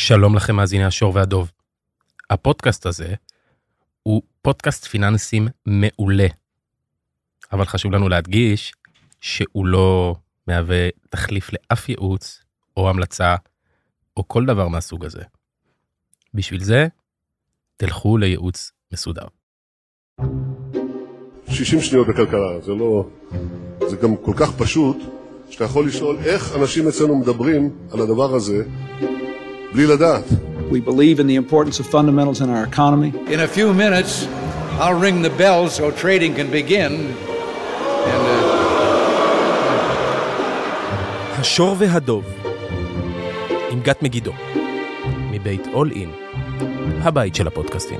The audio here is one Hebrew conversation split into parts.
שלום לכם מאזיני השור והדוב. הפודקאסט הזה הוא פודקאסט פיננסים מעולה. אבל חשוב לנו להדגיש שהוא לא מהווה תחליף לאף ייעוץ או המלצה או כל דבר מהסוג הזה. בשביל זה, תלכו לייעוץ מסודר. 60 שניות בכלכלה, זה גם כל כך פשוט, שאתה יכול לשאול איך אנשים אצלנו מדברים על הדבר הזה, בלי לדעת. We believe in the importance of fundamentals in our economy. In a few minutes, I'll ring the bell so trading can begin. השור והדוב, עם גת מגידו, מבית All In, הבית של הפודקאסטים.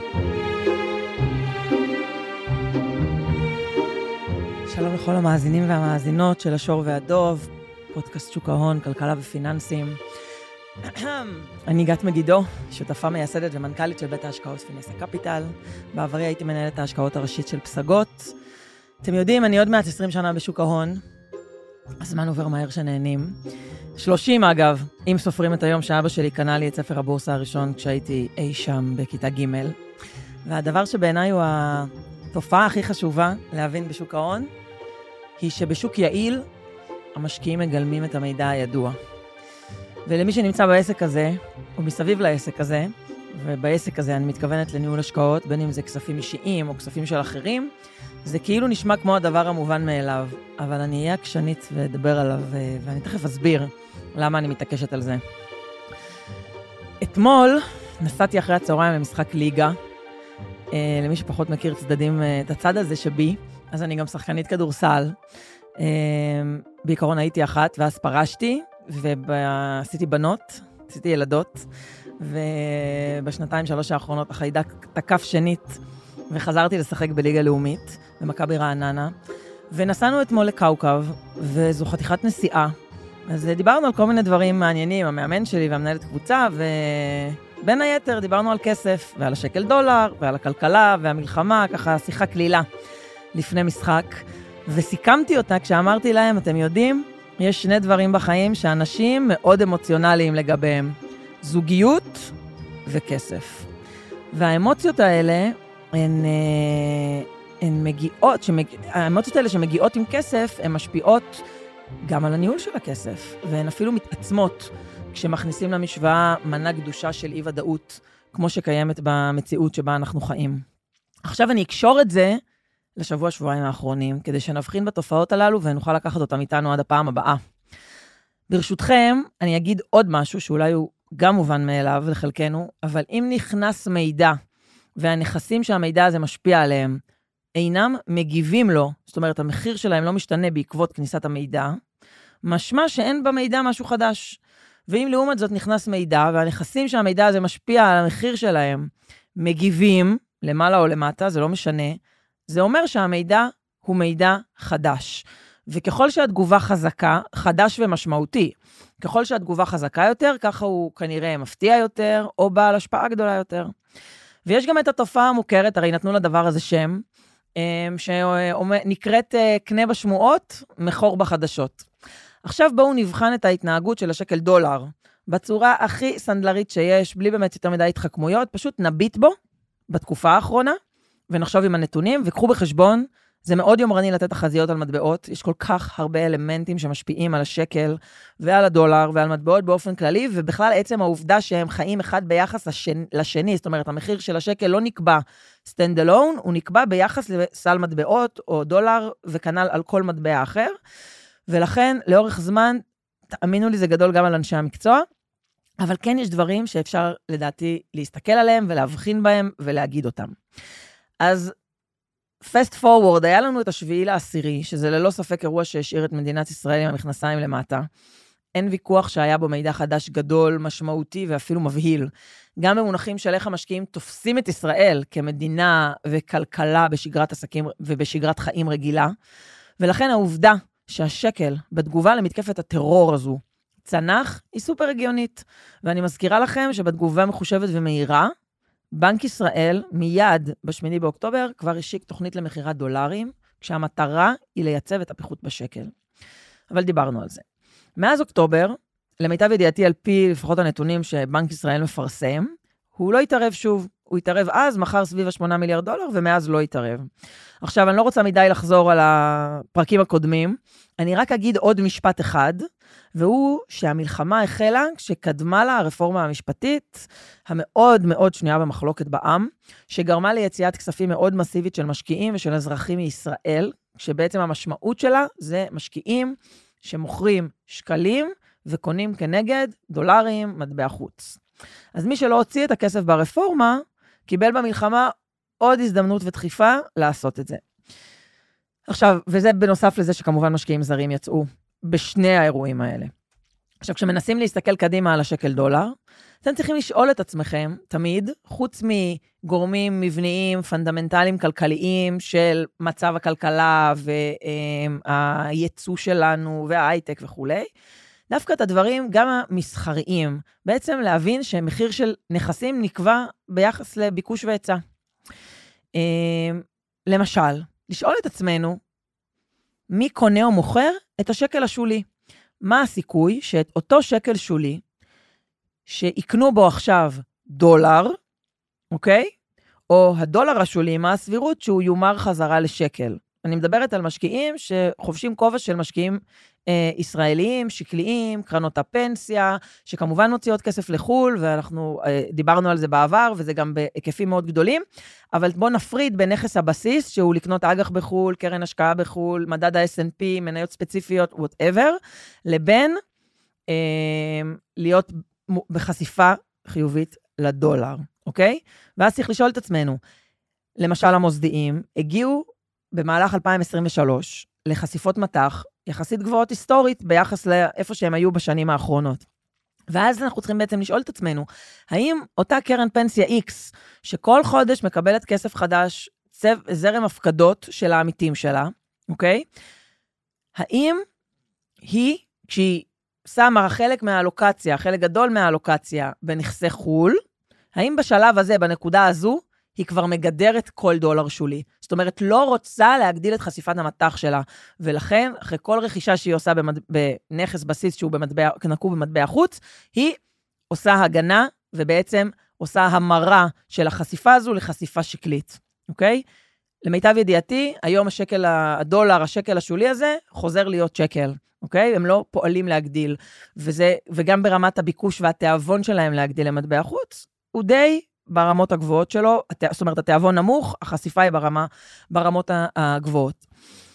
שלום לכל המאזינים והמאזינות של השור והדוב, פודקאסט שוק ההון, כלכלה ופיננסים. אני גת מגידו, שותפה מייסדת ומנכ"לית של בית ההשקעות פינסה קפיטל. בעברי הייתי מנהלת ההשקעות הראשית של פסגות. אתם יודעים, אני עוד מעט 20 שנה בשוק ההון. הזמן עובר מהר שנהנים. 30 אגב, אם סופרים את היום שאבא שלי קנה לי את ספר הבורסה הראשון כשהייתי אי שם בכיתה ג'. והדבר שבעיניי הוא התופעה הכי חשובה להבין בשוק ההון, היא שבשוק יעיל המשקיעים מגלמים את המידע הידוע. ולמי שנמצא בעסק הזה, או מסביב לעסק הזה, ובעסק הזה אני מתכוונת לניהול השקעות, בין אם זה כספים אישיים או כספים של אחרים, זה כאילו נשמע כמו הדבר המובן מאליו, אבל אני אהיה עקשנית ואדבר עליו, ואני תכף אסביר למה אני מתעקשת על זה. אתמול נסעתי אחרי הצהריים למשחק ליגה, למי שפחות מכיר את הצד הזה שבי, אז אני גם שחקנית כדורסל. בעיקרון הייתי אחת, ואז פרשתי, ועשיתי בנות, עשיתי ילדות, ובשנתיים שלוש האחרונות החיידק תקף שנית, וחזרתי לשחק בליגה לאומית, במכבי רעננה, ונסענו אתמול לקאוקב, וזו חתיכת נסיעה. אז דיברנו על כל מיני דברים מעניינים, המאמן שלי והמנהלת קבוצה, ובין היתר דיברנו על כסף, ועל השקל דולר, ועל הכלכלה, והמלחמה, ככה שיחה כלילה לפני משחק, וסיכמתי אותה כשאמרתי להם, אתם יודעים, יש שני דברים בחיים שאנשים מאוד אמוציונליים לגביהם, זוגיות וכסף. והאמוציות האלה הן מגיעות, האמוציות האלה שמגיעות עם כסף, הן משפיעות גם על הניהול של הכסף, והן אפילו מתעצמות כשמכניסים למשוואה מנה גדושה של אי ודאות, כמו שקיימת במציאות שבה אנחנו חיים. עכשיו אני אקשור את זה לשבוע-שבועיים האחרונים, כדי שנבחין בתופעות הללו ונוכל לקחת אותם איתנו עד הפעם הבאה. ברשותכם, אני אגיד עוד משהו שאולי הוא גם מובן מאליו לחלקנו, אבל אם נכנס מידע, והנכסים שהמידע הזה משפיע עליהם, אינם מגיבים לו, זאת אומרת, המחיר שלהם לא משתנה בעקבות כניסת המידע, משמע שאין במידע משהו חדש. ואם לעומת זאת נכנס מידע, והנכסים שהמידע הזה משפיע על המחיר שלהם, מגיבים, למעלה או למטה, זה לא משנה, זה אומר שהמידע הוא מידע חדש. וככל שהתגובה חזקה, חדש ומשמעותי, ככל שהתגובה חזקה יותר, ככה הוא כנראה מפתיע יותר, או בעל השפעה גדולה יותר. ויש גם את התופעה המוכרת, הרי נתנו לדבר הזה שם, שנקראת קנה בשמועות, מחור בחדשות. עכשיו בואו נבחן את ההתנהגות של השקל דולר, בצורה הכי סנדלרית שיש, בלי באמת יותר מדי התחכמויות, פשוט נביט בו, בתקופה האחרונה, ונחשוב עם הנתונים, וקחו בחשבון, זה מאוד יומרני לתת תחזיות על מטבעות, יש כל כך הרבה אלמנטים שמשפיעים על השקל, ועל הדולר, ועל מטבעות באופן כללי, ובכלל עצם העובדה שהם חיים אחד ביחס לשני, זאת אומרת, המחיר של השקל לא נקבע stand alone, הוא נקבע ביחס לסל מטבעות, או דולר, וכנ"ל על כל מטבע אחר, ולכן, לאורך זמן, תאמינו לי, זה גדול גם על אנשי המקצוע, אבל כן יש דברים שאפשר, לדעתי, להסתכל עליהם, ולהבחין בהם, ולהגיד אותם. אז fast forward, היה לנו את 7/10, שזה ללא ספק אירוע שהשאיר את מדינת ישראל עם המכנסיים למטה. אין ויכוח שהיה בו מידע חדש גדול, משמעותי ואפילו מבהיל. גם במונחים של איך המשקיעים תופסים את ישראל כמדינה וכלכלה בשגרת עסקים ובשגרת חיים רגילה. ולכן העובדה שהשקל בתגובה למתקפת הטרור הזו צנח היא סופר הגיונית. ואני מזכירה לכם שבתגובה מחושבת ומהירה, בנק ישראל מיד ב8 באוקטובר כבר השיק תוכנית למחירת דולרים, כשהמטרה היא לייצב את הפיחות בשקל. אבל דיברנו על זה. מאז אוקטובר, למיטב ידיעתי, על פי לפחות הנתונים שבנק ישראל מפרסם, הוא לא יתערב שוב. הוא יתערב אז, מחר סביב $8 מיליארד, ומאז לא יתערב. עכשיו, אני לא רוצה מדי לחזור על הפרקים הקודמים, אני רק אגיד עוד משפט אחד, והוא שהמלחמה החלה כשקדמה לה הרפורמה המשפטית, המאוד מאוד שנויה במחלוקת בעם, שגרמה ליציאת כספים מאוד מסיבית של משקיעים ושל אזרחים מישראל, שבעצם המשמעות שלה זה משקיעים שמוכרים שקלים וקונים כנגד דולרים, מטבע חוץ. אז מי שלא הוציא את הכסף ברפורמה, קיבל במלחמה עוד הזדמנות ודחיפה לעשות את זה. עכשיו, וזה בנוסף לזה שכמובן משקיעים זרים יצאו בשני האירועים האלה. עכשיו, כשמנסים להסתכל קדימה על השקל דולר, אתם צריכים לשאול את עצמכם, תמיד, חוץ מגורמים מבניים, פונדמנטליים, כלכליים, של מצב הכלכלה והייצוא שלנו וההייטק וכו', דווקא את הדברים, גם המסחריים, בעצם להבין שמחיר של נכסים נקבע ביחס לביקוש והיצע. למשל, לשאול את עצמנו, מי קונה או מוכר את השקל השולי? מה הסיכוי שאת אותו שקל שולי, שיקנו בו עכשיו דולר, אוקיי? או הדולר השולי, מה הסבירות שהוא יומר חזרה לשקל? אני מדברת על משקיעים שחובשים כובע של משקיעים ישראליים, שקליים, קרנות הפנסיה, שכמובן מוציאות כסף לחול, ואנחנו דיברנו על זה בעבר, וזה גם בהיקפים מאוד גדולים, אבל בואו נפריד בין נכס הבסיס, שהוא לקנות אג"ח בחול, קרן השקעה בחול, מדד ה-S&P, מניות ספציפיות, whatever, לבין להיות בחשיפה חיובית לדולר, אוקיי? ואז צריך לשאול את עצמנו, למשל המוסדיים, הגיעו במהלך 2023 לחשיפות מתח, יחסית גבוהות היסטורית ביחס לאיפה שהם היו בשנים האחרונות. ואז אנחנו צריכים בעצם לשאול את עצמנו, האם אותה קרן פנסיה X, שכל חודש מקבלת כסף חדש, זרם הפקדות של העמיתים שלה, אוקיי? האם היא, כשהיא שמה חלק מהאלוקציה, חלק גדול מהאלוקציה בנכסי חול, האם בשלב הזה, בנקודה הזו, היא כבר מגדרת כל דולר שולי. זאת אומרת, לא רוצה להגדיל את חשיפת המטח שלה, ולכן, אחרי כל רכישה שהיא עושה בנכס בסיס שהוא נקוב במטבע חוץ, היא עושה הגנה, ובעצם עושה המרה של החשיפה הזו לחשיפה שקלית. אוקיי? למיטב ידיעתי, היום הדולר, השקל השולי הזה, חוזר להיות שקל. אוקיי? הם לא פועלים להגדיל, וגם ברמת הביקוש והתיאבון שלהם להגדיל למטבע חוץ, הוא די ברמות הגבוהות שלו, זאת אומרת, התיאבון נמוך, החשיפה היא ברמות הגבוהות.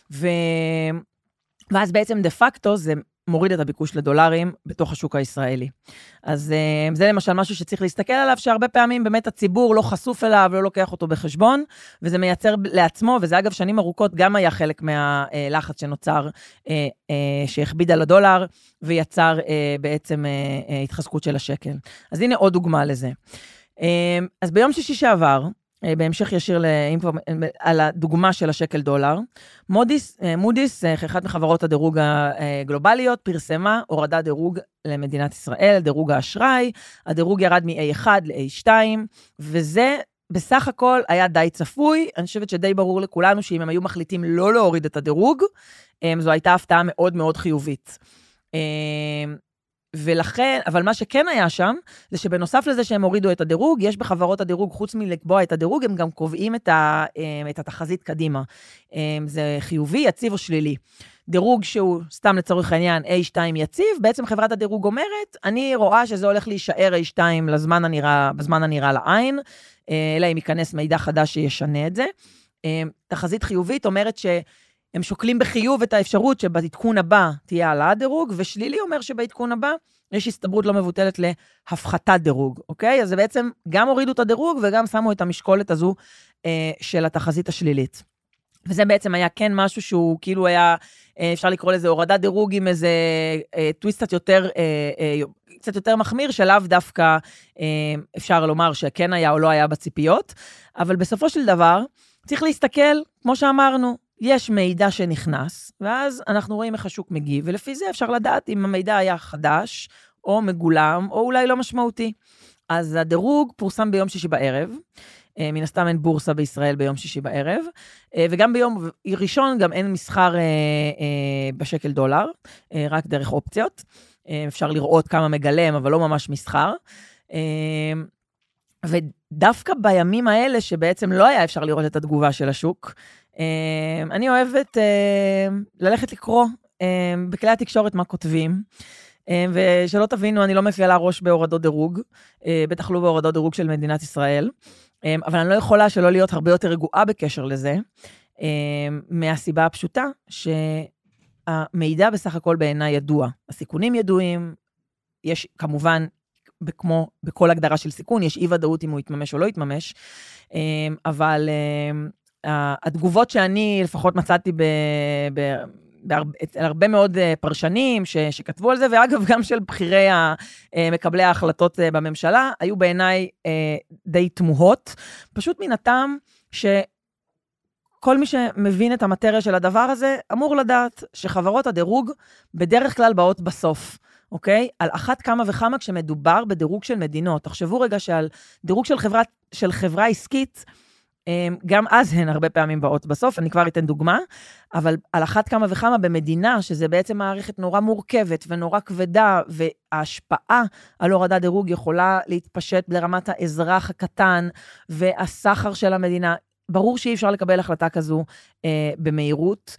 ואז בעצם דה פקטו זה מוריד את הביקוש לדולרים בתוך השוק הישראלי. אז זה למשל משהו שצריך להסתכל עליו, שהרבה פעמים באמת הציבור לא חשוף אליו, לא לוקח אותו בחשבון, וזה מייצר לעצמו, וזה אגב שנים ארוכות גם היה חלק מהלחץ שנוצר, שהכביד על הדולר, ויצר בעצם התחזקות של השקל. אז הנה עוד דוגמה לזה. אז ביום שישי שעבר, בהמשך ישיר על הדוגמה של השקל דולר, מודי'ס, אחת מחברות הדירוג הגלובליות, פרסמה הורדת דירוג למדינת ישראל, דירוג האשראי, הדירוג ירד מ-A1 ל-A2, וזה בסך הכל היה די צפוי, אני חושבת שדי ברור לכולנו שאם הם היו מחליטים לא להוריד את הדירוג, זו הייתה הפתעה מאוד מאוד חיובית. ולכן, אבל מה שכן היה שם, זה שבנוסף לזה שהם הורידו את הדירוג, יש בחברות הדירוג, חוץ מלקבוע את הדירוג, הם גם קובעים את התחזית קדימה. זה חיובי, יציב או שלילי. דירוג שהוא, סתם לצורך העניין, A2 יציב, בעצם חברת הדירוג אומרת, אני רואה שזה הולך להישאר A2 בזמן הנראה לעין, אלא אם ייכנס מידע חדש שישנה את זה. תחזית חיובית אומרת הם שוקלים בחיוב את האפשרות שבעדכון הבא תהיה העלאת דירוג, ושלילי אומר שבעדכון הבא יש הסתברות לא מבוטלת להפחתת דירוג, אוקיי? אז זה בעצם גם הורידו את הדירוג וגם שמו את המשקולת הזו של התחזית השלילית. וזה בעצם היה כן משהו שהוא כאילו היה, אפשר לקרוא לזה הורדת דירוג עם איזה טוויסט קצת יותר מחמיר, שלאו דווקא אפשר לומר שכן היה או לא היה בציפיות, אבל בסופו של דבר צריך להסתכל, כמו שאמרנו, יש מידע שנכנס, ואז אנחנו רואים איך השוק מגיב, ולפי זה אפשר לדעת אם המידע היה חדש, או מגולם, או אולי לא משמעותי. אז הדירוג פורסם ביום שישי בערב, מן הסתם אין בורסה בישראל ביום שישי בערב, וגם ביום ראשון גם אין מסחר בשקל דולר, רק דרך אופציות. אפשר לראות כמה מגלם, אבל לא ממש מסחר. ודווקא בימים האלה, שבעצם לא היה אפשר לראות את התגובה של השוק, אני אוהבת ללכת לקרוא בכלי התקשורת מה כותבים, ושלא תבינו, אני לא מפעילה ראש בהורדות דירוג, בטח לא בהורדות דירוג של מדינת ישראל, אבל אני לא יכולה שלא להיות הרבה יותר רגועה בקשר לזה, מהסיבה הפשוטה שהמידע בסך הכל בעיניי ידוע. הסיכונים ידועים, יש כמובן, כמו בכל הגדרה של סיכון, יש אי ודאות אם הוא יתממש או לא יתממש, אבל התגובות שאני לפחות מצאתי אצל הרבה מאוד פרשנים שכתבו על זה, ואגב גם של בחירי מקבלי ההחלטות בממשלה, היו בעיניי די תמוהות, פשוט מן הטעם שכל מי שמבין את המטריה של הדבר הזה, אמור לדעת שחברות הדירוג בדרך כלל באות בסוף, אוקיי? על אחת כמה וכמה כשמדובר בדירוג של מדינות. תחשבו רגע שעל דירוג של חברה עסקית, גם אז הן הרבה פעמים באות בסוף, אני כבר אתן דוגמה, אבל על אחת כמה וכמה במדינה, שזה בעצם מערכת נורא מורכבת ונורא כבדה, וההשפעה על הורדת דירוג יכולה להתפשט לרמת האזרח הקטן, והסחר של המדינה, ברור שאי אפשר לקבל החלטה כזו במהירות,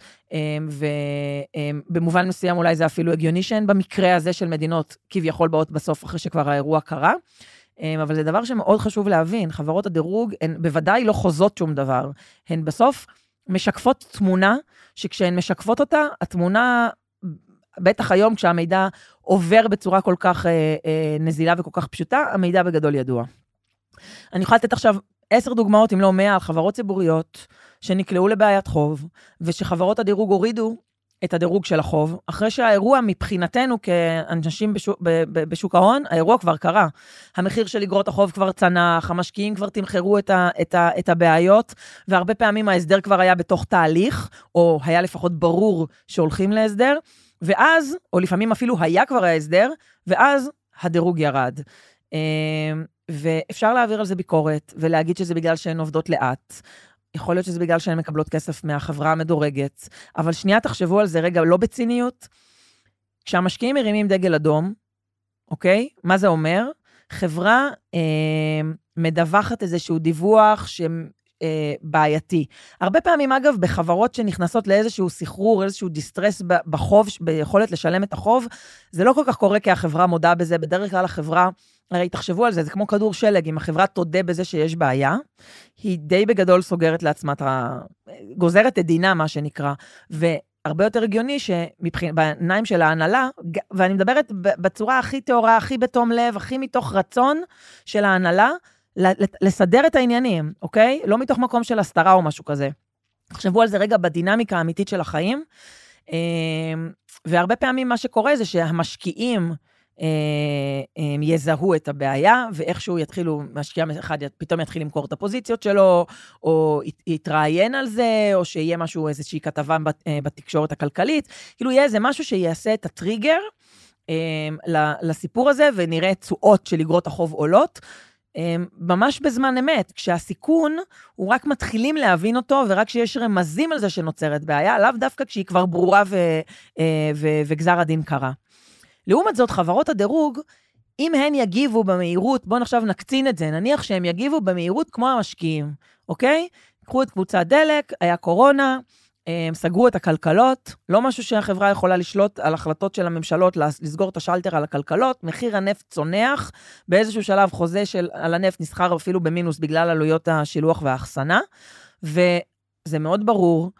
ובמובן מסוים אולי זה אפילו הגיוני שהן במקרה הזה של מדינות כביכול באות בסוף אחרי שכבר האירוע קרה, אבל זה דבר שמאוד חשוב להבין, חברות הדירוג הן בוודאי לא חוזות שום דבר, הן בסוף משקפות תמונה, שכשהן משקפות אותה, התמונה, בטח היום כשהמידע עובר בצורה כל כך נזילה וכל כך פשוטה, המידע בגדול ידוע. אני יכולה לתת עכשיו 10 דוגמאות, אם לא 100, על חברות ציבוריות שנקלעו לבעיית חוב, ושחברות הדירוג הורידו את הדירוג של החוב, אחרי שהאירוע מבחינתנו כאנשים בשוק ההון, האירוע כבר קרה. המחיר של אגרות החוב כבר צנח, המשקיעים כבר תמחרו את הבעיות, והרבה פעמים ההסדר כבר היה בתוך תהליך, או היה לפחות ברור שהולכים להסדר, ואז, או לפעמים אפילו היה כבר ההסדר, ואז הדירוג ירד. ואפשר להעביר על זה ביקורת, ולהגיד שזה בגלל שהן עובדות לאט, יכול להיות שזה בגלל שהן מקבלות כסף מהחברה המדורגת, אבל שנייה תחשבו על זה רגע, לא בציניות, כשהמשקיעים מרימים דגל אדום, אוקיי? מה זה אומר? חברה מדווחת איזשהו דיווח בעייתי. הרבה פעמים, אגב, בחברות שנכנסות לאיזשהו סחרור, איזשהו דיסטרס בחוב, ביכולת לשלם את החוב, זה לא כל כך קורה כי החברה מודה בזה, בדרך כלל החברה, הרי תחשבו על זה, זה כמו כדור שלג, אם החברה תודה בזה שיש בעיה, היא די בגדול סוגרת לעצמה, גוזרת את דינה, מה שנקרא, והרבה יותר הגיוני שבעיניים של ההנהלה, ואני מדברת בצורה הכי תאורה, הכי בתום לב, הכי מתוך רצון של ההנהלה, לסדר את העניינים, אוקיי? לא מתוך מקום של הסתרה או משהו כזה. תחשבו על זה רגע בדינמיקה האמיתית של החיים, והרבה פעמים מה שקורה זה שהמשקיעים יזהו את הבעיה, ואיכשהו יתחילו, משקיע אחד פתאום יתחיל למכור את הפוזיציות שלו, או יתראיין על זה, או שיהיה משהו, איזושהי כתבה בתקשורת הכלכלית, כאילו יהיה איזה משהו שיעשה את הטריגר לסיפור הזה, ונראה תשואות של אגרות החוב עולות, ממש בזמן אמת, כשהסיכון, הוא רק מתחילים להבין אותו, ורק שיש רמזים על זה שנוצרת בעיה, לאו דווקא כשהיא כבר ברורה וגזר הדין קרה. לעומת זאת, חברות הדירוג, אם הן יגיבו במהירות, בואו עכשיו נקצין את זה, נניח שהם יגיבו במהירות כמו המשקיעים, אוקיי? קחו את קבוצת דלק, היה קורונה, סגרו את הכלכלות, לא משהו שהחברה יכולה לשלוט על החלטות של הממשלות, לסגור את השלטר על הכלכלות, מחיר הנפט צונח, באיזשהו שלב חוזה על הנפט נסחר אפילו במינוס, בגלל עלויות השילוח והאחסנה, וזה מאוד ברור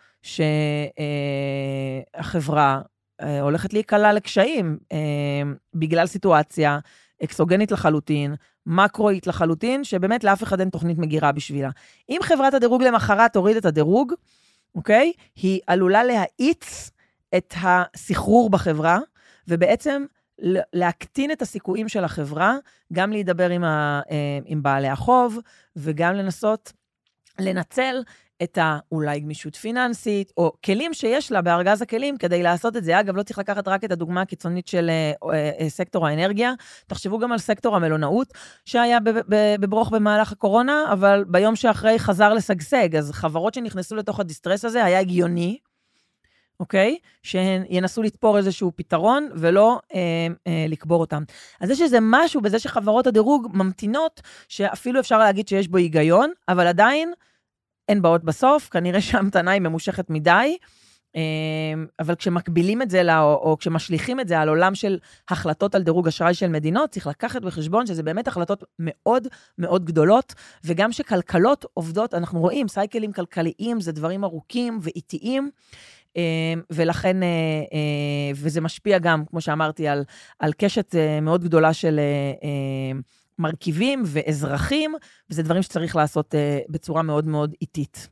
שהחברה הולכת להיקלה לקשיים, בגלל סיטואציה אקסוגנית לחלוטין, מקרואית לחלוטין, שבאמת לאף אחד אין תוכנית מגירה בשבילה. אם חברת הדירוג למחרת תוריד את הדירוג, אוקיי? היא עלולה להאיץ את הסחרור בחברה, ובעצם להקטין את הסיכויים של החברה, גם להידבר עם בעלי החוב, וגם לנסות לנצל את אולי גמישות פיננסית, או כלים שיש לה בארגז הכלים, כדי לעשות את זה. אגב, לא צריך לקחת רק את הדוגמה הקיצונית של סקטור האנרגיה, תחשבו גם על סקטור המלונאות, שהיה בברוך במהלך הקורונה, אבל ביום שאחרי חזר לשגשג, אז חברות שנכנסו לתוך הדיסטרס הזה, היה הגיוני, אוקיי? שהן ינסו לתפור איזשהו פתרון, ולא לקבור אותם. אז יש איזה משהו בזה שחברות הדירוג ממתינות, שאפילו אפשר להגיד שיש בו היגיון, אבל עדיין אין באות בסוף, כנראה שההמתנה היא ממושכת מדי, אבל כשמקבילים את זה, או כשמשליכים את זה על עולם של החלטות על דירוג אשראי של מדינות, צריך לקחת בחשבון שזה באמת החלטות מאוד מאוד גדולות, וגם שכלכלות עובדות, אנחנו רואים, סייקלים כלכליים, זה דברים ארוכים ואיטיים, ולכן, וזה משפיע גם, כמו שאמרתי, על קשת מאוד גדולה של מרכיבים ואזרחים, וזה דברים שצריך לעשות בצורה מאוד מאוד איטית.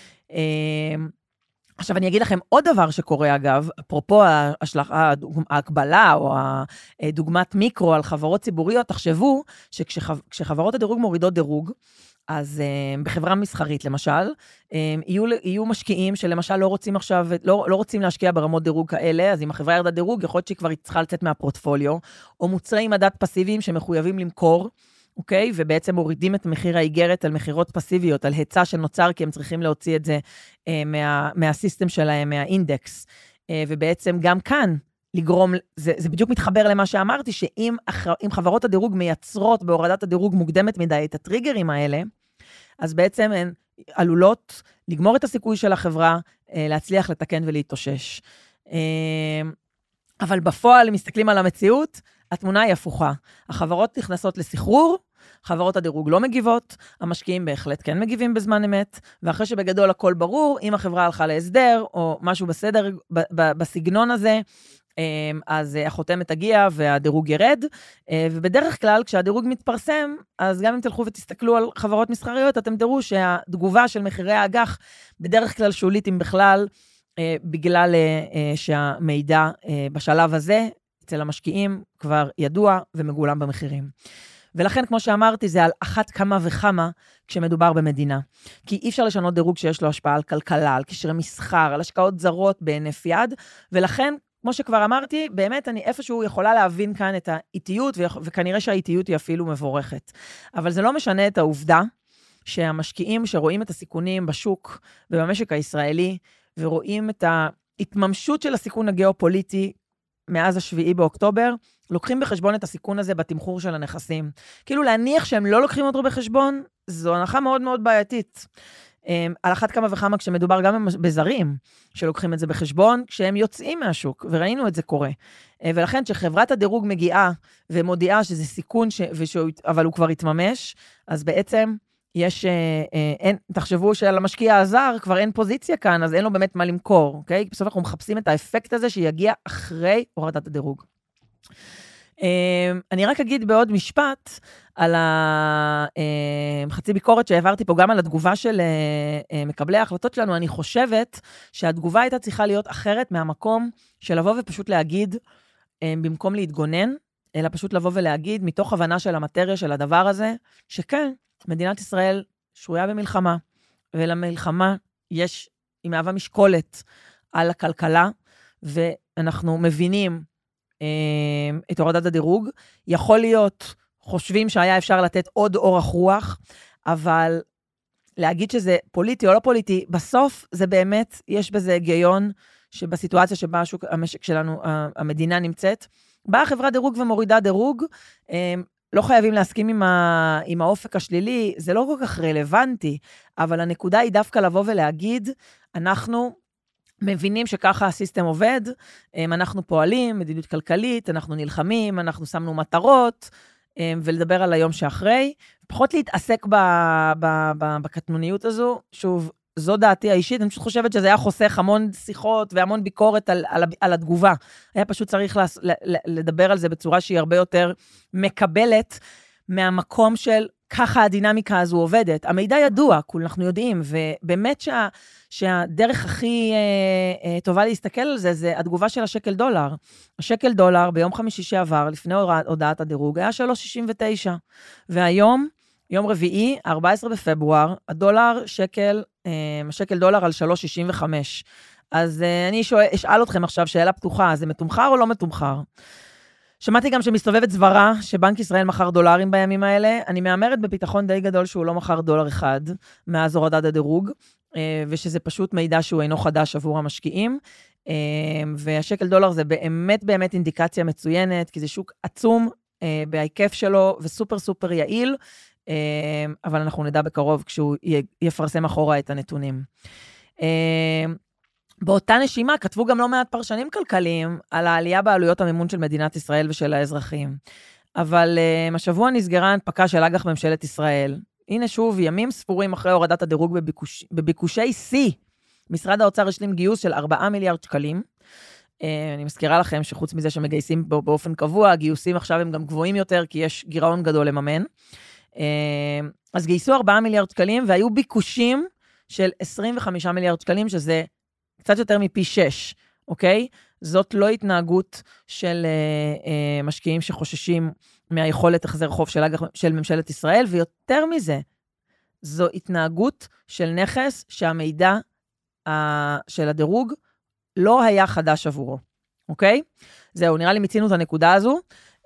עכשיו אני אגיד לכם עוד דבר שקורה אגב, אפרופו ההקבלה או הדוגמת מיקרו על חברות ציבוריות, תחשבו שכשחברות הדירוג מורידות דירוג, אז בחברה מסחרית למשל, יהיו משקיעים שלמשל לא רוצים עכשיו, לא רוצים להשקיע ברמות דירוג כאלה, אז אם החברה ירדה דירוג, יכול להיות שהיא כבר צריכה לצאת מהפורטפוליו, או מוצרי מדד פסיביים שמחויבים למכור, אוקיי? ובעצם מורידים את מחיר האיגרת על מחירות פסיביות, על היצע שנוצר, כי הם צריכים להוציא את זה מהסיסטם שלהם, מהאינדקס. ובעצם גם כאן, לגרום, זה בדיוק מתחבר למה שאמרתי, שאם חברות הדירוג מייצרות בהורדת הדירוג מוקדמת מדי את הטריגרים האלה, אז בעצם הן עלולות לגמור את הסיכוי של החברה, להצליח לתקן ולהתאושש. אבל בפועל, אם מסתכלים על המציאות, התמונה היא הפוכה. החברות נכנסות לסחרור, חברות הדירוג לא מגיבות, המשקיעים בהחלט כן מגיבים בזמן אמת, ואחרי שבגדול הכל ברור, אם החברה הלכה להסדר, או משהו בסדר, בסגנון הזה, אז החותמת תגיע והדירוג ירד, ובדרך כלל כשהדירוג מתפרסם, אז גם אם תלכו ותסתכלו על חברות מסחריות, אתם תראו שהתגובה של מחירי האג"ח, בדרך כלל שולית אם בכלל, בגלל שהמידע בשלב הזה, אצל המשקיעים כבר ידוע ומגולם במחירים. ולכן, כמו שאמרתי, זה על אחת כמה וכמה כשמדובר במדינה. כי אי אפשר לשנות דירוג שיש לו השפעה על כלכלה, על קשרי מסחר, על השקעות זרות בהינף יד, ולכן, כמו שכבר אמרתי, באמת אני איפשהו יכולה להבין כאן את האיטיות, וכנראה שהאיטיות היא אפילו מבורכת. אבל זה לא משנה את העובדה שהמשקיעים שרואים את הסיכונים בשוק ובמשק הישראלי, ורואים את ההתממשות של הסיכון הגיאופוליטי מאז השביעי באוקטובר, לוקחים בחשבון את הסיכון הזה בתמחור של הנכסים. כאילו להניח שהם לא לוקחים אותו בחשבון, זו הנחה מאוד מאוד בעייתית. על אחת כמה וכמה כשמדובר גם בזרים, שלוקחים את זה בחשבון, כשהם יוצאים מהשוק, וראינו את זה קורה. ולכן שחברת הדירוג מגיעה ומודיעה שזה סיכון, אבל הוא כבר יתממש, אז בעצם יש, תחשבו שעל המשקיע הזר כבר אין פוזיציה כאן, אז אין לו באמת מה למכור, אוקיי? בסוף אנחנו מחפשים את האפקט הזה שיגיע אחרי הורדת הדירוג. אני רק אגיד בעוד משפט על החצי ביקורת שהעברתי פה גם על התגובה של מקבלי ההחלטות שלנו. אני חושבת שהתגובה הייתה צריכה להיות אחרת מהמקום של לבוא ופשוט להגיד, במקום להתגונן, אלא פשוט לבוא ולהגיד מתוך הבנה של המטריה של הדבר הזה, שכן, מדינת ישראל שרויה במלחמה, ולמלחמה היא מהווה משקולת על הכלכלה, ואנחנו מבינים את הורדת הדירוג. יכול להיות, חושבים שהיה אפשר לתת עוד אורך רוח, אבל להגיד שזה פוליטי או לא פוליטי, בסוף זה באמת, יש בזה היגיון, שבסיטואציה שבה המשק שלנו, המדינה נמצאת, באה חברת דירוג ומורידה דירוג, לא חייבים להסכים עם האופק השלילי, זה לא כל כך רלוונטי, אבל הנקודה היא דווקא לבוא ולהגיד, אנחנו מבינים שככה הסיסטם עובד, אנחנו פועלים, מדיניות כלכלית, אנחנו נלחמים, אנחנו שמנו מטרות, ולדבר על היום שאחרי, פחות להתעסק בקטנוניות הזו, שוב, זו דעתי האישית, אני פשוט חושבת שזה היה חוסך המון שיחות והמון ביקורת על התגובה. היה פשוט צריך לדבר על זה בצורה שהיא הרבה יותר מקבלת מהמקום של ככה הדינמיקה הזו עובדת. המידע ידוע, אנחנו יודעים, ובאמת שהדרך הכי טובה להסתכל על זה, זה התגובה של השקל דולר. השקל דולר ביום חמישי שעבר, לפני הודעת הדירוג, היה 3.69, והיום, יום רביעי, 14 בפברואר, השקל דולר על 3.65. אז אני אשאל אתכם עכשיו שאלה פתוחה, זה מתומחר או לא מתומחר? שמעתי גם שמסתובבת סברה שבנק ישראל מכר דולרים בימים האלה, אני מאמרת בביטחון די גדול שהוא לא מכר דולר אחד מאז הורדת הדירוג, ושזה פשוט מידע שהוא אינו חדש עבור המשקיעים. והשקל דולר זה באמת אינדיקציה מצוינת, כי זה שוק עצום בהיקף שלו, וסופר סופר יעיל, אבל אנחנו נדע בקרוב כשהוא יפרסם אחורה את הנתונים. באותה נשימה כתבו גם לא מעט פרשנים כלכליים על העלייה בעלויות המימון של מדינת ישראל ושל האזרחים. אבל השבוע נסגרה הנפקה של אג"ח ממשלת ישראל. הנה שוב, ימים ספורים אחרי הורדת הדירוג בביקושי C, משרד האוצר השלים גיוס של 4 מיליארד שקלים. אני מזכירה לכם שחוץ מזה שמגייסים באופן קבוע, הגיוסים עכשיו הם גם גבוהים יותר, כי יש גירעון גדול לממן. אז גייסו 4 מיליארד שקלים, והיו ביקושים של 25 מיליארד שקלים, שזה קצת יותר מפי 6, אוקיי? זאת לא התנהגות של משקיעים שחוששים מהיכולת החזר חוב של ממשלת ישראל, ויותר מזה, זו התנהגות של נכס שהמידע של הדירוג לא היה חדש עבורו, אוקיי? זהו, נראה לי מיצינו את הנקודה הזו,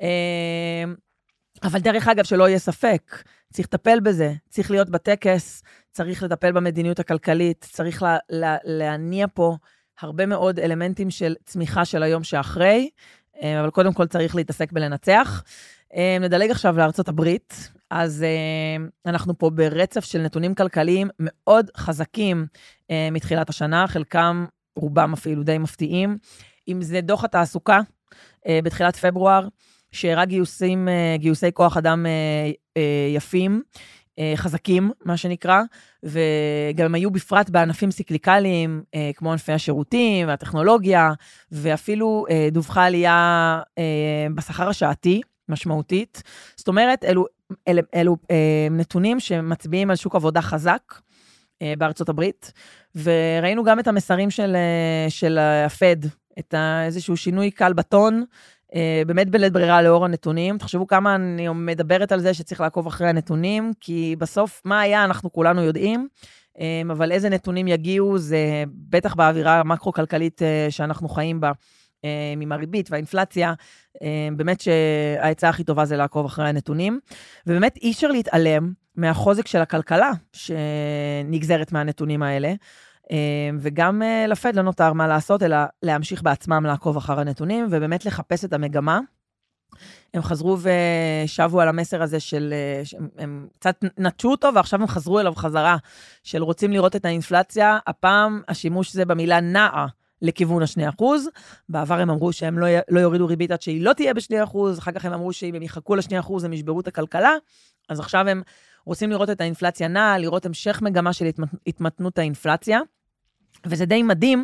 אבל דרך אגב שלא יהיה ספק, צריך לטפל בזה, צריך להיות בטקס, צריך לטפל במדיניות הכלכלית, צריך להניע פה הרבה מאוד אלמנטים של צמיחה של היום שאחרי, אבל קודם כל צריך להתעסק בלנצח. נדלג עכשיו לארצות הברית, אז אנחנו פה ברצף של נתונים כלכליים מאוד חזקים מתחילת השנה, חלקם רובם אפילו די מפתיעים, אם זה דוח התעסוקה בתחילת פברואר, שהראה גיוסי כוח אדם יפים, חזקים, מה שנקרא, וגם היו בפרט בענפים סיקליקליים, כמו ענפי השירותים והטכנולוגיה, ואפילו דווחה עלייה בשכר השעתי, משמעותית. זאת אומרת, אלו נתונים שמצביעים על שוק עבודה חזק בארצות הברית, וראינו גם את המסרים של הפד, את איזשהו שינוי קל בטון, באמת בלית ברירה לאור הנתונים. תחשבו כמה אני מדברת על זה שצריך לעקוב אחרי הנתונים, כי בסוף מה היה אנחנו כולנו יודעים, אבל איזה נתונים יגיעו זה בטח באווירה המקרו-כלכלית שאנחנו חיים בה, עם הריבית והאינפלציה, באמת שההצעה הכי טובה זה לעקוב אחרי הנתונים, ובאמת אי אפשר להתעלם מהחוזק של הכלכלה שנגזרת מהנתונים האלה, וגם לפד לא נותר מה לעשות, אלא להמשיך בעצמם לעקוב אחר הנתונים, ובאמת לחפש את המגמה. הם חזרו ושבו על המסר הזה הם קצת נטשו אותו, ועכשיו הם חזרו אליו חזרה, של רוצים לראות את האינפלציה, הפעם השימוש זה במילה נעה, לכיוון ה2%, בעבר הם אמרו שהם לא יורידו ריבית עד שהיא לא תהיה ב2%, אחר כך הם אמרו שאם הם יחכו ל2%, הם ישברו את הכלכלה, אז עכשיו הם רוצים לראות את האינפלציה נעה, לראות המשך מגמה של התמתנות האינפלציה, וזה די מדהים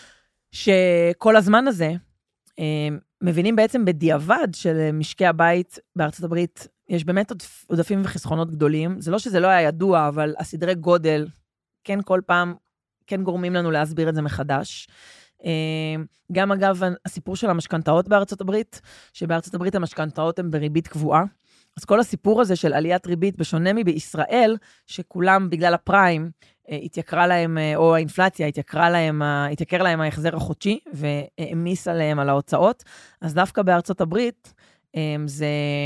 שכל הזמן הזה, מבינים בעצם בדיעבד של משקי הבית בארצות הברית, יש באמת עודפים וחסכונות גדולים, זה לא שזה לא היה ידוע, אבל הסדרי גודל, כן כל פעם, כן גורמים לנו להסביר את זה מחדש. גם אגב, הסיפור של המשכנתאות בארצות הברית, שבארצות הברית המשכנתאות הן בריבית קבועה, אז כל הסיפור הזה של עליית ריבית, בשונה מבישראל, שכולם בגלל הפריים, התייקרה להם, או האינפלציה, התייקר להם ההחזר החודשי, והמיס עליהם על ההוצאות, אז דווקא בארצות הברית, זה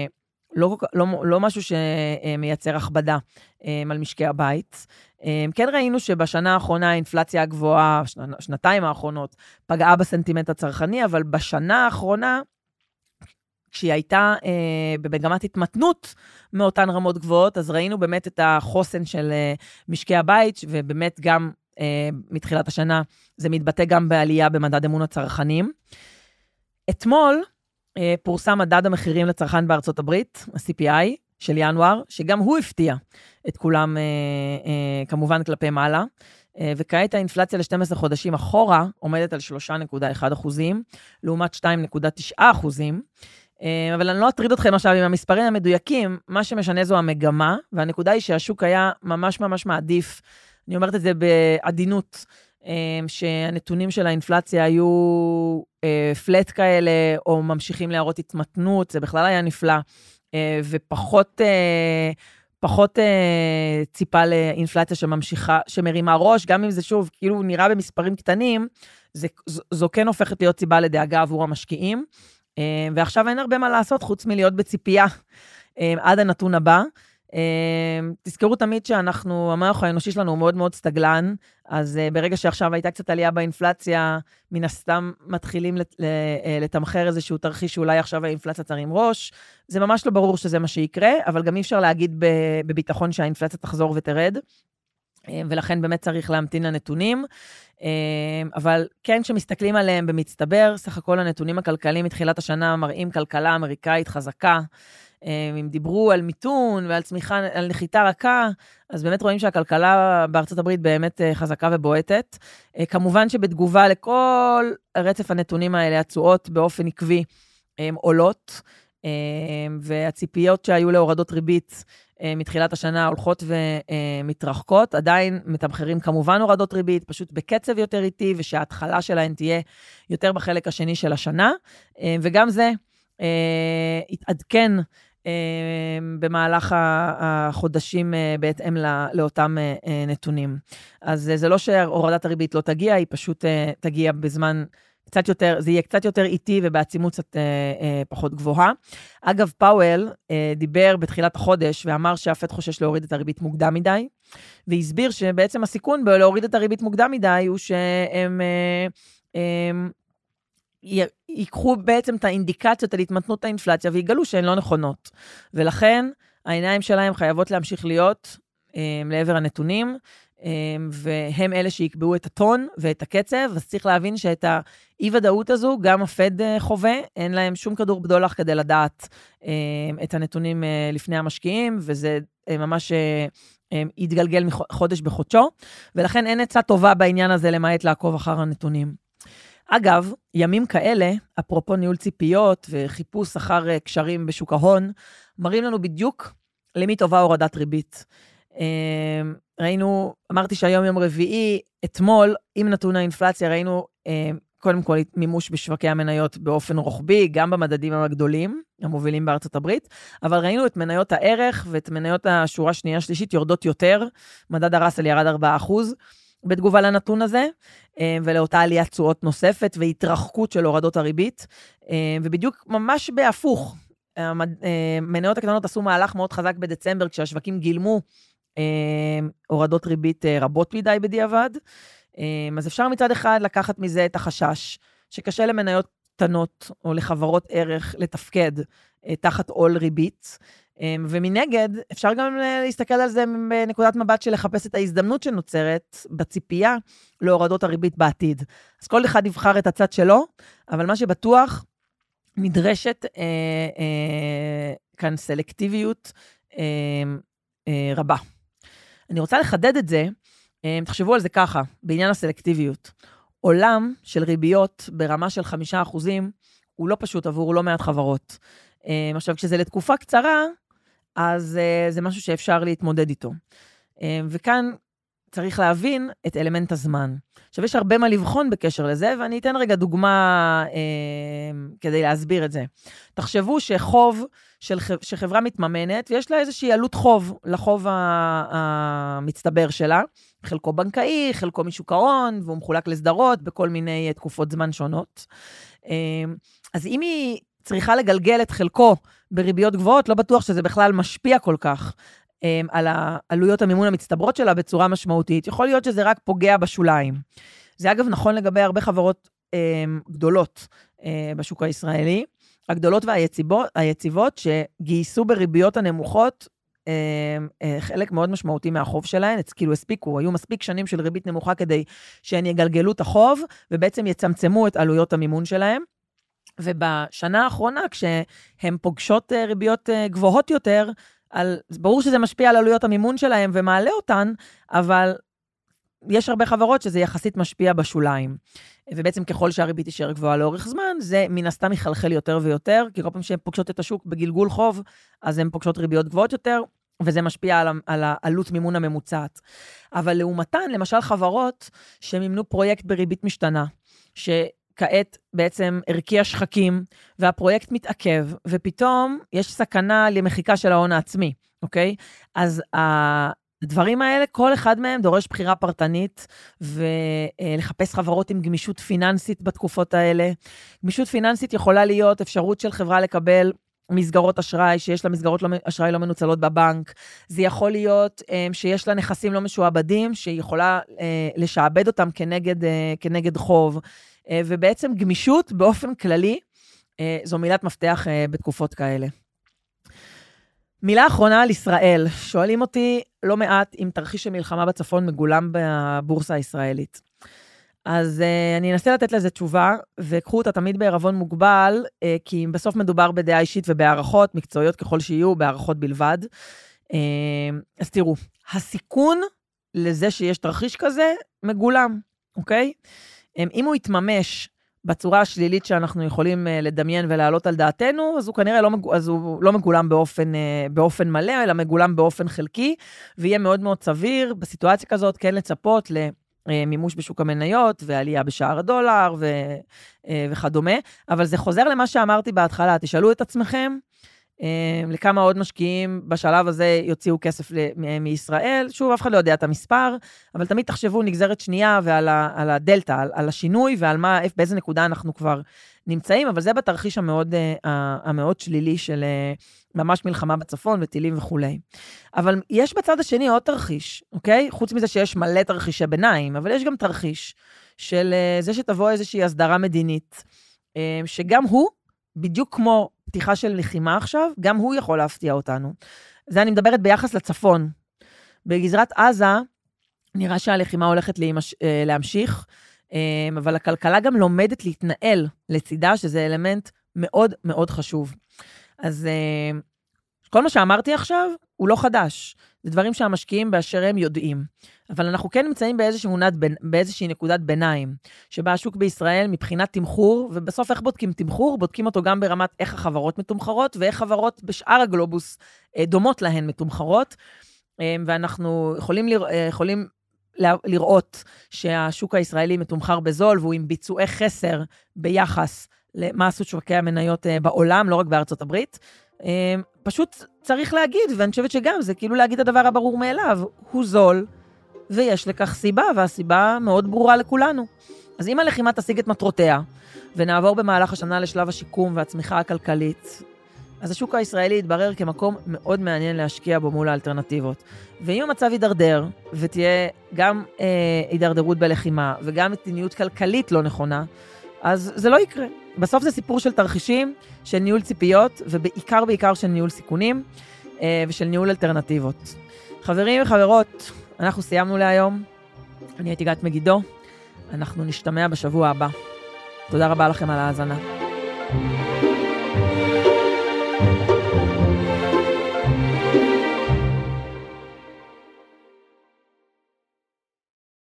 לא משהו שמייצר הכבדה על משקי הבית. כן ראינו שבשנה האחרונה האינפלציה הגבוהה, שנתיים האחרונות, פגעה בסנטימנט הצרכני, אבל בשנה האחרונה, כשהיא הייתה במגמת התמתנות מאותן רמות גבוהות, אז ראינו באמת את החוסן של משקי הבית, ובאמת גם מתחילת השנה זה מתבטא גם בעלייה במדד אמון הצרכנים. אתמול פורסם מדד המחירים לצרכן בארצות הברית, ה-CPI של ינואר, שגם הוא הפתיע את כולם כמובן כלפי מעלה, וכעת האינפלציה ל-12 חודשים אחורה עומדת על 3.1%, לעומת 2.9%, אבל אני לא אטריד אתכם עכשיו עם המספרים המדויקים, מה שמשנה זו המגמה, והנקודה היא שהשוק היה ממש ממש מעדיף, אני אומרת את זה בעדינות, שהנתונים של האינפלציה היו פלט כאלה, או ממשיכים להראות התמתנות, זה בכלל היה נפלא, ופחות ציפה לאינפלציה שממשיכה, שמרימה ראש, גם אם זה שוב, כאילו נראה במספרים קטנים, זו כן הופכת להיות סיבה לדאגה עבור המשקיעים, ועכשיו אין הרבה מה לעשות, חוץ מלהיות בציפייה עד הנתון הבא, תזכרו תמיד שאנחנו, המוח האנושי שלנו הוא מאוד מאוד סטגלן, אז ברגע שעכשיו הייתה קצת עלייה באינפלציה, מן הסתם מתחילים לתמחר איזשהו תרחיש שאולי עכשיו האינפלציה תרים ראש. זה ממש לא ברור שזה מה שיקרה, אבל גם אי אפשר להגיד בביטחון שהאינפלציה תחזור ותרד, ולכן באמת צריך להמתין לנתונים. אבל כן, כשמסתכלים עליהם במצטבר, סך הכל הנתונים הכלכליים מתחילת השנה מראים כלכלה אמריקאית חזקה. אם דיברו על מיתון ועל צמיחה, על נחיתה רכה, אז באמת רואים שהכלכלה בארצות הברית באמת חזקה ובועטת. כמובן שבתגובה לכל רצף הנתונים האלה, התשואות באופן עקבי עולות, והציפיות שהיו להורדות ריבית מתחילת השנה הולכות ומתרחקות, עדיין מתמחרים כמובן הורדות ריבית, פשוט בקצב יותר איטי, ושההתחלה שלהן תהיה יותר בחלק השני של השנה, וגם זה התעדכן במהלך החודשים בהתאם לאותם נתונים. אז זה לא שהורדת הריבית לא תגיע, היא פשוט תגיע בזמן קצת יותר, זה יהיה קצת יותר איטי ובעצימות קצת פחות גבוהה. אגב, פאוול דיבר בתחילת החודש ואמר שהפד חושש להוריד את הריבית מוקדם מדי, והסביר שבעצם הסיכון בלהוריד את הריבית מוקדם מדי הוא שהם ייקחו בעצם את האינדיקציות על התמתנות האינפלציה ויגלו שהן לא נכונות. ולכן העיניים שלהם חייבות להמשיך להיות לעבר הנתונים, והם אלה שיקבעו את הטון ואת הקצב, אז צריך להבין שאת האי-ודאות הזו, גם הפד חווה, אין להם שום כדור בדולח כדי לדעת את הנתונים לפני המשקיעים, וזה ממש יתגלגל מחודש בחודשו, ולכן אין עצה טובה בעניין הזה למעט לעקוב אחר הנתונים. אגב, ימים כאלה, אפרופו ניהול ציפיות וחיפוש אחר קשרים בשוק ההון, מראים לנו בדיוק למי טובה הורדת ריבית. ראינו, אמרתי שהיום יום רביעי, אתמול, עם נתון האינפלציה, ראינו קודם כל מימוש בשווקי המניות באופן רוחבי, גם במדדים הגדולים, המובילים בארצות הברית, אבל ראינו את מניות הערך ואת מניות השורה שנייה שלישית יורדות יותר, מדד הראסל ירד 4%, בתגובה לנתון הזה, ולאותה עליית תשואות נוספת, והתרחקות של הורדות הריבית, ובדיוק ממש בהפוך, מניות הקטנות עשו מהלך מאוד חזק בדצמבר, כשהשווקים גילמו הורדות ריבית רבות מדי בדיעבד, אז אפשר מצד אחד לקחת מזה את החשש, שקשה למניות קטנות או לחברות ערך לתפקד תחת עול ריבית, ומנגד אפשר גם להסתכל על זה בנקודת מבט של לחפש את ההזדמנות שנוצרת בציפייה להורדות הריבית בעתיד. אז כל אחד יבחר את הצד שלו, אבל מה שבטוח נדרשת כאן סלקטיביות רבה. אני רוצה לחדד את זה, תחשבו על זה ככה, בעניין הסלקטיביות. עולם של ריביות ברמה של 5% הוא לא פשוט עבור לא מעט חברות. עכשיו, כשזה לתקופה קצרה, אז זה משהו שאפשר להתמודד איתו. וכאן צריך להבין את אלמנט הזמן. עכשיו, יש הרבה מה לבחון בקשר לזה, ואני אתן רגע דוגמה כדי להסביר את זה. תחשבו שחוב שחברה מתממנת, ויש לה איזושהי עלות חוב לחוב המצטבר שלה, חלקו בנקאי, חלקו משוק ההון, והוא מחולק לסדרות בכל מיני תקופות זמן שונות. אז אם היא צריכה לגלגל את חלקו בריביות גבוהות, לא בטוח שזה בכלל משפיע כל כך על העלויות המימון המצטברות שלה בצורה משמעותית. יכול להיות שזה רק פוגע בשוליים. זה אגב נכון לגבי הרבה חברות גדולות בשוק הישראלי, הגדולות והיציבות שגייסו בריביות הנמוכות חלק מאוד משמעותי מהחוב שלהן, כאילו הספיקו, היו מספיק שנים של ריבית נמוכה כדי שהן יגלגלו את החוב, ובעצם יצמצמו את עלויות המימון שלהן. ובשנה האחרונה, כשהן פוגשות ריביות גבוהות יותר, ברור שזה משפיע על עלויות המימון שלהם ומעלה אותן, אבל יש הרבה חברות שזה יחסית משפיע בשוליים. ובעצם ככל שהריבית תישאר גבוהה לאורך זמן, זה מן הסתם יחלחל יותר ויותר, כי כל פעם שהן פוגשות את השוק בגלגול חוב, אז הן פוגשות ריביות גבוהות יותר, וזה משפיע על העלות מימון הממוצעת. אבל לעומתן, למשל חברות שמימנו פרויקט בריבית משתנה, כעת בעצם הרקיע שחקים, והפרויקט מתעכב, ופתאום יש סכנה למחיקה של ההון העצמי, אוקיי? אז הדברים האלה, כל אחד מהם דורש בחירה פרטנית, ולחפש חברות עם גמישות פיננסית בתקופות האלה. גמישות פיננסית יכולה להיות אפשרות של חברה לקבל מסגרות אשראי, שיש לה מסגרות אשראי לא מנוצלות בבנק, זה יכול להיות שיש לה נכסים לא משועבדים, שהיא יכולה לשעבד אותם כנגד חוב, ובעצם גמישות באופן כללי, זו מילת מפתח בתקופות כאלה. מילה אחרונה על ישראל, שואלים אותי לא מעט אם תרחיש המלחמה בצפון מגולם בבורסה הישראלית. אז אני אנסה לתת לזה תשובה, וקחו אותה תמיד בערבון מוגבל, כי בסוף מדובר בדעה אישית ובהערכות, מקצועיות ככל שיהיו, בהערכות בלבד. אז תראו, הסיכון לזה שיש תרחיש כזה, מגולם, אוקיי? אם הוא יתממש בצורה השלילית שאנחנו יכולים לדמיין ולהעלות על דעתנו, אז הוא כנראה לא מגולם באופן מלא, אלא מגולם באופן חלקי, ויהיה מאוד מאוד סביר בסיטואציה כזאת כן לצפות למימוש בשוק המניות, ועלייה בשער הדולר וכדומה, אבל זה חוזר למה שאמרתי בהתחלה, תשאלו את עצמכם, לכמה עוד משקיעים בשלב הזה יוציאו כסף מישראל, שוב, אף אחד לא יודע את המספר, אבל תמיד תחשבו נגזרת שנייה ועל הדלטה, על השינוי ועל באיזה נקודה אנחנו כבר נמצאים, אבל זה בתרחיש המאוד שלילי של ממש מלחמה בצפון וטילים וכו'. אבל יש בצד השני עוד תרחיש, אוקיי? חוץ מזה שיש מלא תרחישי ביניים, אבל יש גם תרחיש של זה שתבוא איזושהי הסדרה מדינית, שגם הוא, בדיוק כמו פתיחה של לחימה עכשיו, גם הוא יכול להפתיע אותנו. זה אני מדברת ביחס לצפון. בגזרת עזה, נראה שהלחימה הולכת להמשיך, אבל הכלכלה גם לומדת להתנהל לצידה, שזה אלמנט מאוד מאוד חשוב. אז כל מה שאמרתי עכשיו, הוא לא חדש. זה דברים שהמשקיעים באשר הם יודעים. אבל אנחנו כן נמצאים באיזושהי נקודת ביניים, שבה השוק בישראל מבחינת תמחור, ובסוף איך בודקים תמחור? בודקים אותו גם ברמת איך החברות מתומחרות, ואיך חברות בשאר הגלובוס דומות להן מתומחרות, ואנחנו יכולים לראות שהשוק הישראלי מתומחר בזול, והוא עם ביצועי חסר ביחס למה עשו שווקי המניות בעולם, לא רק בארצות הברית. פשוט צריך להגיד, ואני חושבת שגם זה כאילו להגיד את הדבר הברור מאליו, הוא זול, ויש לכך סיבה, והסיבה מאוד ברורה לכולנו. אז אם הלחימה תשיג את מטרותיה, ונעבור במהלך השנה לשלב השיקום והצמיחה הכלכלית, אז השוק הישראלי יתברר כמקום מאוד מעניין להשקיע בו מול האלטרנטיבות. ואם המצב יידרדר, ותהיה גם הידרדרות בלחימה, וגם מדיניות כלכלית לא נכונה, אז זה לא יקרה. בסוף זה סיפור של תרחישים, של ניהול ציפיות, ובעיקר של ניהול סיכונים, ושל ניהול אלטרנטיבות. חברים וחברות, אנחנו סיימנו להיום. אני הייתי גת מגידו. אנחנו נשתמע בשבוע הבא. תודה רבה לכם על ההאזנה.